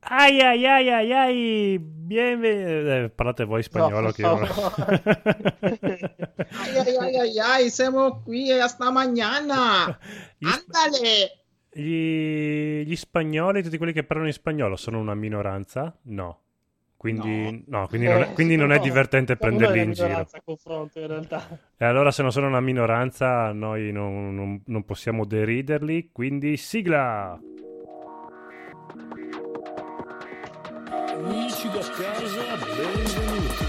Ai ai ai ai ai, parlate voi spagnolo No, che io... no. Ay, ay, ay, ay, ay, siamo qui hasta mañana. Gli, sp- Andale. gli spagnoli, tutti quelli che parlano in spagnolo, sono una minoranza? No. No. Quindi, no, quindi non è No, divertente siamo noi prenderli la in giro. minoranza a confronto in realtà. E allora se non sono una minoranza, noi non possiamo deriderli, quindi sigla! Amici da casa, benvenuti.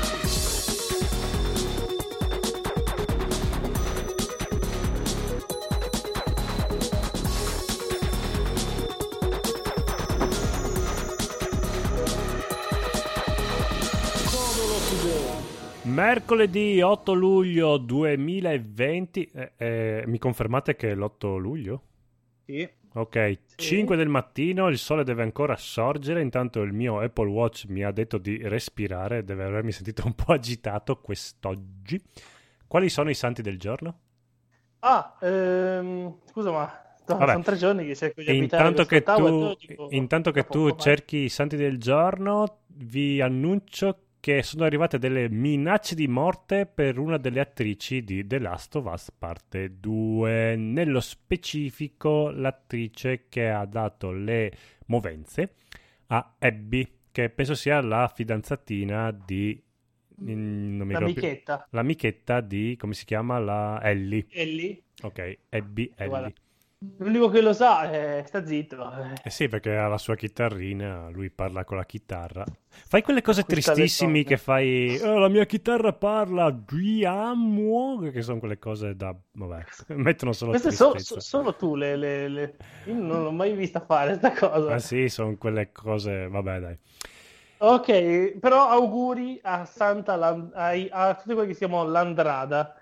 Codolo Today. Mercoledì 8 luglio 2020, mi confermate che è l'8 luglio? Sì. Ok, Sì. 5 del mattino, il sole deve ancora sorgere, intanto il mio Apple Watch mi ha detto di respirare, deve avermi sentito un po' agitato quest'oggi. Quali sono i santi del giorno? Scusa, ma Vabbè. sono 3 giorni che cerco di E abitare intanto questo che tower, tu, però dico, intanto che da tu poco, vai. cerchi i santi del giorno, vi annuncio che sono arrivate delle minacce di morte per una delle attrici di The Last of Us parte 2. Nello specifico, l'attrice che ha dato le movenze a Abby, che penso sia la fidanzatina di... non mi ricordo più. L'amichetta. L'amichetta di... come si chiama? La Ellie. Ellie. Ok, Abby, Guarda. Ellie. L'unico che lo sa sta zitto. Eh sì, perché ha la sua chitarrina, lui parla con la chitarra. Fai quelle cose Acquista le tristissimi donne. che fai, "Oh, la mia chitarra parla, ti amo", che sono quelle cose da... vabbè, mettono solo Queste tristezza. solo tu Io non l'ho mai vista fare sta cosa. Ah sì, sono quelle cose, vabbè dai. Ok, però auguri a a tutti quelli che si chiamano Landrada.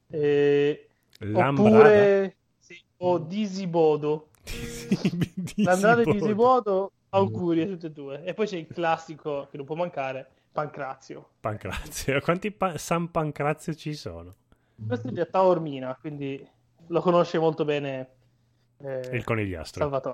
Lambrada? Oppure o Disibodo. L'Andrade di Disibodo, auguri a tutte e due. E poi c'è il classico che non può mancare, Pancrazio. Pancrazio, quanti San Pancrazio ci sono? Questo è di Taormina, quindi lo conosce molto bene Il conigliastro. Salvatore.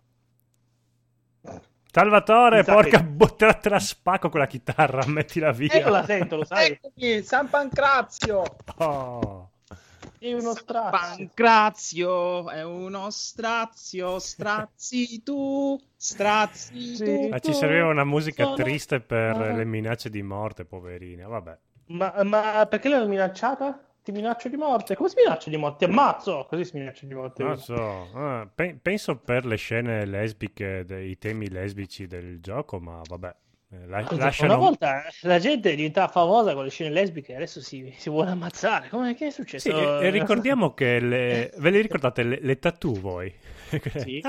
Salvatore, Mi sa porca che- bottera, te la spacco con la chitarra, mettila via. Io la sento, lo sai? Eccomi, San Pancrazio. Oh. È uno strazio. Pancrazio è uno strazio, strazi tu, strazi Sì. tu. Ma ci serviva una musica Sono- triste per Ah. le minacce di morte, poverina. Vabbè. Ma perché l'hanno minacciata? Ti minaccio di morte? Come si minaccia di morte? Ti ammazzo! Così si minaccia di morte. Non so. Penso per le scene lesbiche, dei temi lesbici del gioco, ma vabbè. Scusa, Lasciano... una volta la gente diventava famosa con le scene lesbiche, adesso si vuole ammazzare. Che è successo? Sì, e ricordiamo che ve le ricordate le tattoo voi? Sì.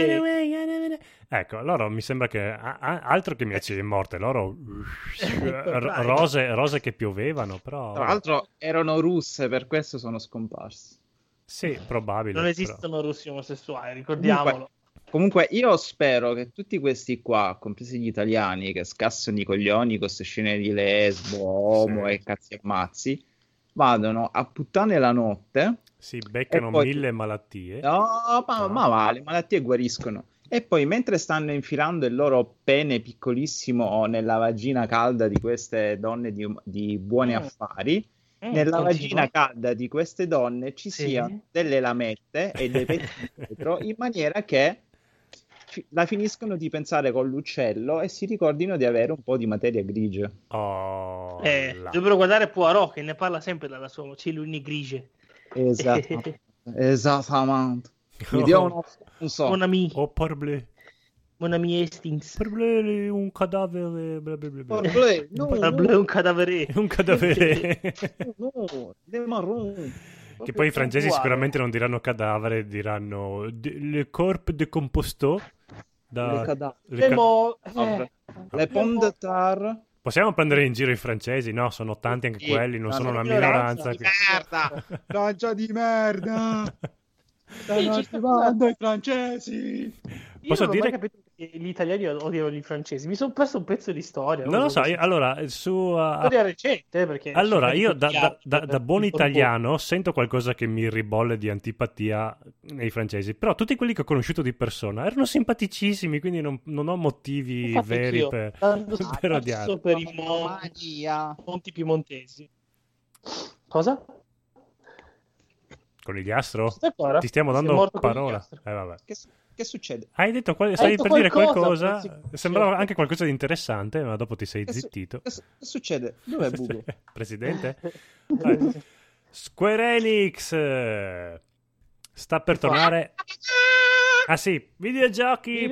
Ecco, loro mi sembra che altro che minacce di morte, loro Dai. rose che piovevano, però Tra l'altro erano russe, per questo sono scomparsi. sì, probabile. Non però. esistono russi omosessuali, ricordiamolo. Comunque io spero che tutti questi qua, compresi gli italiani, che scassano i coglioni con queste scene di lesbo, omo Sì. e cazzi e mazzi, vadano a puttane la notte. Si beccano E poi- 1000 malattie. No, ma va, le malattie guariscono. E poi mentre stanno infilando il loro pene piccolissimo nella vagina calda di queste donne di buoni affari, nella Continua. vagina calda di queste donne ci Sì. siano delle lamette e dei petti dietro, in maniera che la finiscono di pensare con l'uccello e si ricordino di avere un po' di materia grigia. Oh, là. Dovrebbero guardare Poirot che ne parla sempre dalla sua Ciluni Grigie. Esatto. Esattamente. Mi dia un so. Mon ami, Oh, parbleu. mon ami Hastings. Parbleu, un cadavere. Bla bla bla bla. Parbleu, no, Parbleu, un cadavere. Un cadavere. no, le marron. Che poi i francesi uguale. sicuramente non diranno cadavere, diranno le corps de composto. Le cadavere. le ca- Le pommes de terre. Possiamo prendere in giro i francesi? No, sono tanti anche Sì, quelli, non sono una minoranza. minoranza. Merda! Francia di merda! Sì, Stanno ci sta- arrivando i francesi! Io Posso non ho mai dire- capito che gli italiani odiano i francesi. Mi sono perso un pezzo di storia. Non lo so, allora, storia recente, perché allora io da buon il italiano sento qualcosa che mi ribolle di antipatia nei francesi, però tutti quelli che ho conosciuto di persona erano simpaticissimi, quindi non ho motivi Infatti veri anch'io, per tanto odiarli. per i monti piemontesi. Cosa? Conigliastro? Sei ancora? Ti stiamo Sei dando morto parola. Conigliastro. Vabbè. Che succede? Hai detto, Hai stavi detto per dire qualcosa, qualcosa, sembrava anche qualcosa di interessante, ma dopo ti sei zittito. Che succede? Dov'è Bugo? Presidente? Square Enix sta per tornare. Ah sì, videogiochi.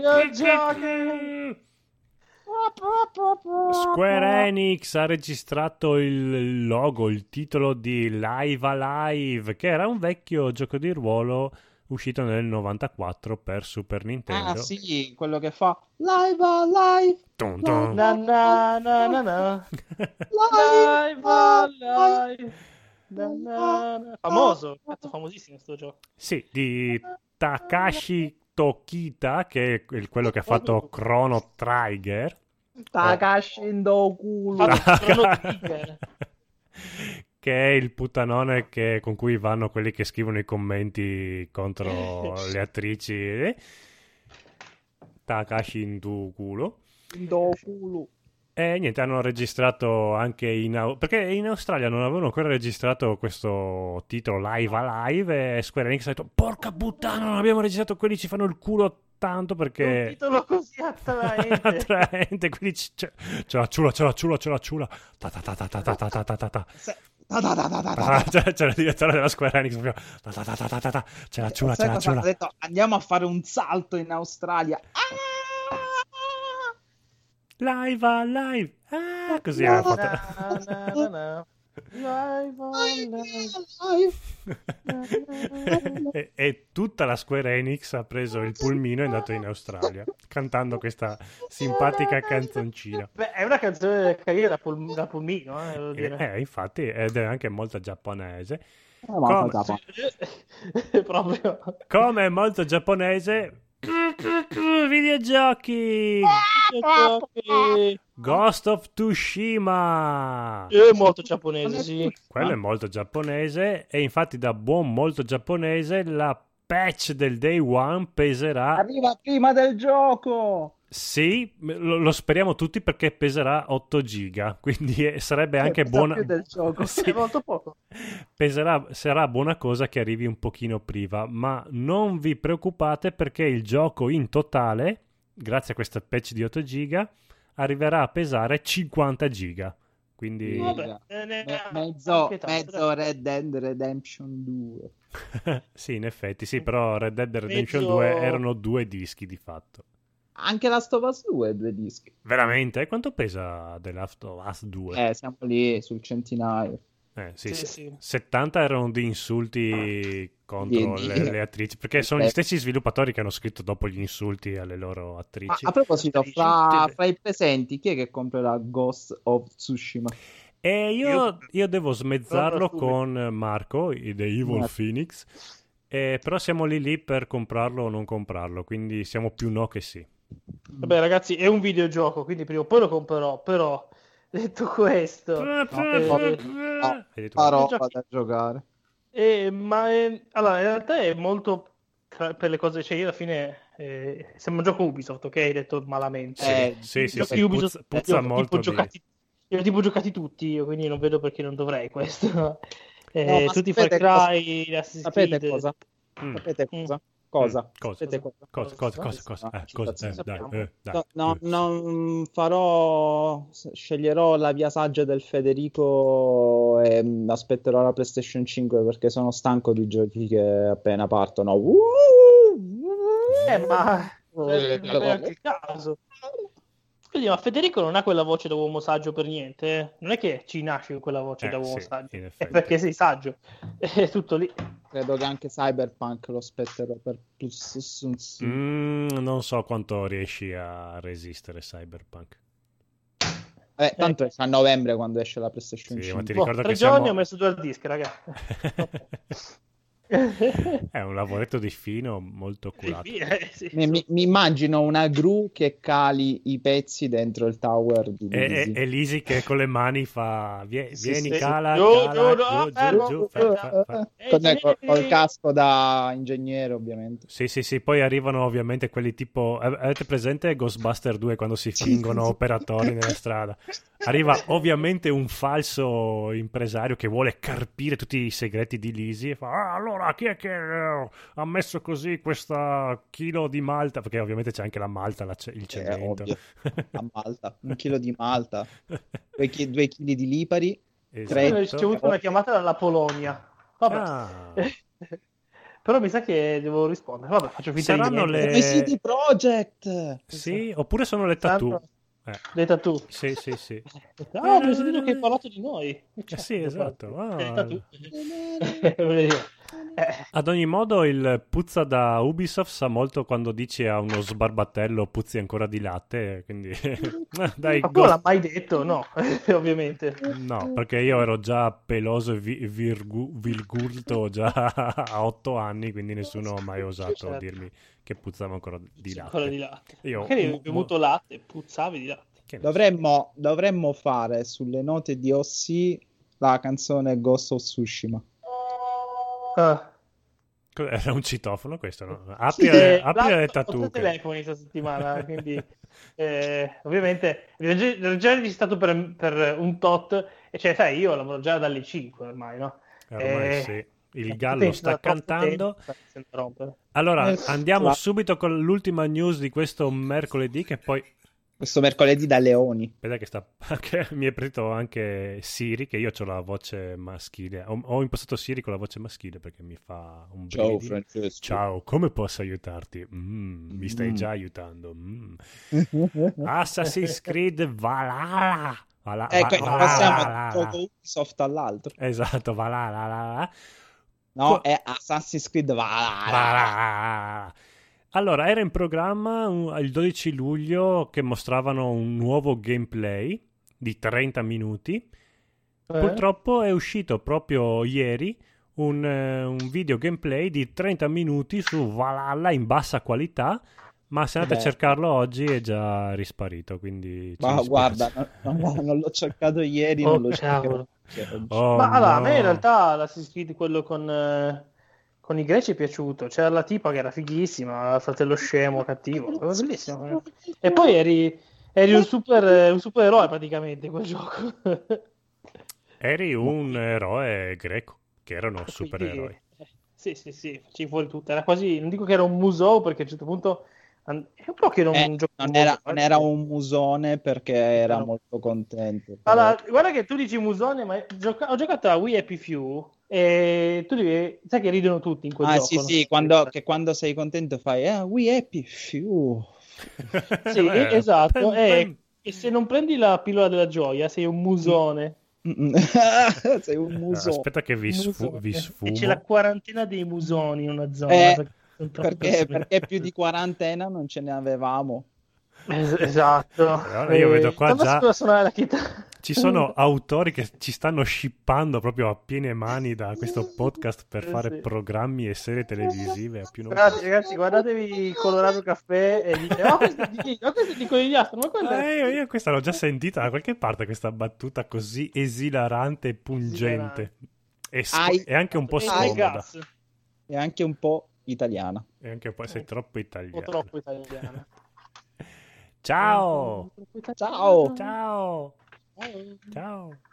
Square Enix ha registrato il logo, il titolo di Live Alive, che era un vecchio gioco di ruolo uscito nel 94 per Super Nintendo. Ah sì, quello che fa Live Alive. Dun dun. Na na na na na. Live Alive. Na na na. Famoso, famosissimo sto gioco. Sì, di Takashi Tokita, che è quello che ha fatto Chrono Trigger. Takashi in culo. Che è il puttanone con cui vanno quelli che scrivono i commenti contro le attrici. Takashi in tu culo. E niente, hanno registrato anche perché in Australia non avevano ancora registrato questo titolo Live Alive e Square Enix ha detto porca puttana, non abbiamo registrato, quelli ci fanno il culo tanto perché un titolo così attraente. Quindi c'è la ciula ta ta ta ta ta ta ta ta ta ta. C'è la direzione della Square Enix c'è la ciula. Ha detto andiamo a fare un salto in Australia. Live Alive. Così ha fatto. E tutta la Square Enix ha preso il pulmino e è andato in Australia cantando questa simpatica canzoncina. Beh, è una canzone carina da pulmino, devo dire. Infatti, ed è anche molto giapponese. Proprio. Come è molto giapponese. Videogiochi. Ghost of Tsushima È molto giapponese, sì. quello è molto giapponese e infatti da buon molto giapponese la patch del day one peserà Arriva prima del gioco. sì, lo speriamo tutti perché peserà 8 giga quindi sarebbe anche buona Più del gioco. Sì. È molto poco. Sarà buona cosa che arrivi un pochino prima, ma non vi preoccupate perché il gioco in totale, grazie a questa patch di 8 giga, arriverà a pesare 50 giga. Quindi mezzo Red Dead Redemption 2. sì, in effetti, sì, però Red Dead Redemption 2 erano 2 dischi di fatto. Anche Last of Us 2 2 dischi. Veramente? Quanto pesa The Last of Us 2? Siamo lì sul centinaio. Sì. 70 erano di insulti contro le attrici, perché sono gli stessi sviluppatori che hanno scritto dopo gli insulti alle loro attrici. A proposito, fra i presenti, chi è che comprerà Ghost of Tsushima? E io devo smezzarlo con Marco, The Evil Phoenix, però siamo lì per comprarlo o non comprarlo, quindi siamo più no che sì. Vabbè ragazzi, è un videogioco, quindi prima o poi lo comprerò, però detto questo farò da giocare. Allora in realtà è molto per le cose, cioè io alla fine sembra un gioco Ubisoft, ok? Hai detto malamente. Sì, Ubisoft, puzza molto io tipo giocati tutti io, quindi non vedo perché non dovrei questo. Tutti i Far Cry, Assassin's Creed. Sapete cosa? Cosa? Dai. Non farò. Sceglierò la via saggia del Federico e aspetterò la PlayStation 5 perché sono stanco di giochi che appena partono. Ma è anche il caso. Quindi, ma Federico non ha quella voce da uomo saggio per niente, eh? Non è che ci nasci con quella voce da uomo saggio, è perché sei saggio, è tutto lì. Credo che anche Cyberpunk lo aspetterò per non so quanto riesci a resistere Cyberpunk. Tanto è a novembre quando esce la PlayStation 5. Ma ti ricordo 3 giorni ho messo 2 hard disk, ragazzi. È un lavoretto di fino molto curato. Sì, mi immagino una gru che cali i pezzi dentro il tower di Lisi. E Lisi che con le mani fa vieni, cala, giù. Col casco da ingegnere, ovviamente. Sì, poi arrivano ovviamente quelli tipo... Avete presente Ghostbuster 2 quando si fingono operatori nella strada? Arriva ovviamente un falso impresario che vuole carpire tutti i segreti di Lisi e fa allora chi è che ha messo così questa chilo di malta? Perché ovviamente c'è anche la malta, il cemento. La malta, 1 chilo di malta, 2 chili di lipari. Esatto. Ho ricevuto una chiamata dalla Polonia. Vabbè. Però mi sa che devo rispondere. Vabbè, faccio finta di niente. Le CD Projekt. Sì, oppure sono le tattoo. Le tattoo. Sì. Ah, ho sentito che hai parlato di noi. Sì, esatto. Ad ogni modo, il puzza da Ubisoft sa molto quando dici a uno sbarbatello puzzi ancora di latte, quindi dai. Ma l'ha mai detto? No, ovviamente. No, perché io ero già peloso e virgulto già a 8 anni, quindi nessuno ha mai osato dirmi che puzzava ancora di latte. Ancora di latte. Io magari hai bevuto latte e puzzavi di latte. Dovremmo fare sulle note di OC la canzone Ghost of Tsushima. Era un citofono questo, no? Aprire le tattoo. Ho telefoni questa settimana, quindi ovviamente l'ho già registrato per un tot, e cioè sai, io lavoro già dalle 5 ormai, no? Ormai sì. Il gallo sta cantando. Allora, andiamo subito con l'ultima news di questo mercoledì, che poi... Questo mercoledì da Leoni. Aspetta che mi è preso anche Siri, che io ho la voce maschile. Ho impostato Siri con la voce maschile perché mi fa un brivido. Ciao Francesco. Ciao, come posso aiutarti? Mi stai già aiutando. Assassin's Creed Valhalla. Passiamo da Ubisoft all'altro. Esatto, Valhalla. No, è Assassin's Creed Valhalla. Allora, era in programma il 12 luglio che mostravano un nuovo gameplay di 30 minuti. Purtroppo è uscito proprio ieri un video gameplay di 30 minuti su Valhalla in bassa qualità, ma se andate a cercarlo oggi è già risparito, quindi... Ma guarda, non l'ho cercato ieri, non l'ho cercato. Ma allora, a me in realtà l'Assassin's Creed, quello con i greci è piaciuto. C'era la tipa che era fighissima, fratello scemo, cattivo, era bellissimo. E poi eri un supereroe praticamente in quel gioco. Eri un eroe greco, che erano supereroi. Sì, facevi fuori tutto. Era quasi, non dico che era un museo, perché a un certo punto è un po' che non gioco. Non era un musone perché era molto contento. Allora, guarda che tu dici musone, ma ho giocato a We Happy Few e tu sai che ridono tutti in quel gioco. Sì, quando sei contento fai We Happy Few. Sì, esatto. E se non prendi la pillola della gioia sei un musone. Sei un musone. Aspetta che vi sfumo. E c'è la quarantena dei musoni in una zona. Perché più di quarantena non ce ne avevamo. Esatto. Allora io vedo qua già suonare la chitarra. ci sono autori che ci stanno shippando proprio a piene mani da questo podcast per fare programmi e serie televisive a più non... Ragazzi, guardatevi Colorado Caffè e dite questo è di Conigliastro, ma io questa l'ho già sentita da qualche parte, questa battuta così esilarante e pungente e anche un po' scomoda e anche un po' italiana e anche un po' sei troppo italiana. Un po' troppo italiana. Ciao. Ciao. Ciao. Ciao.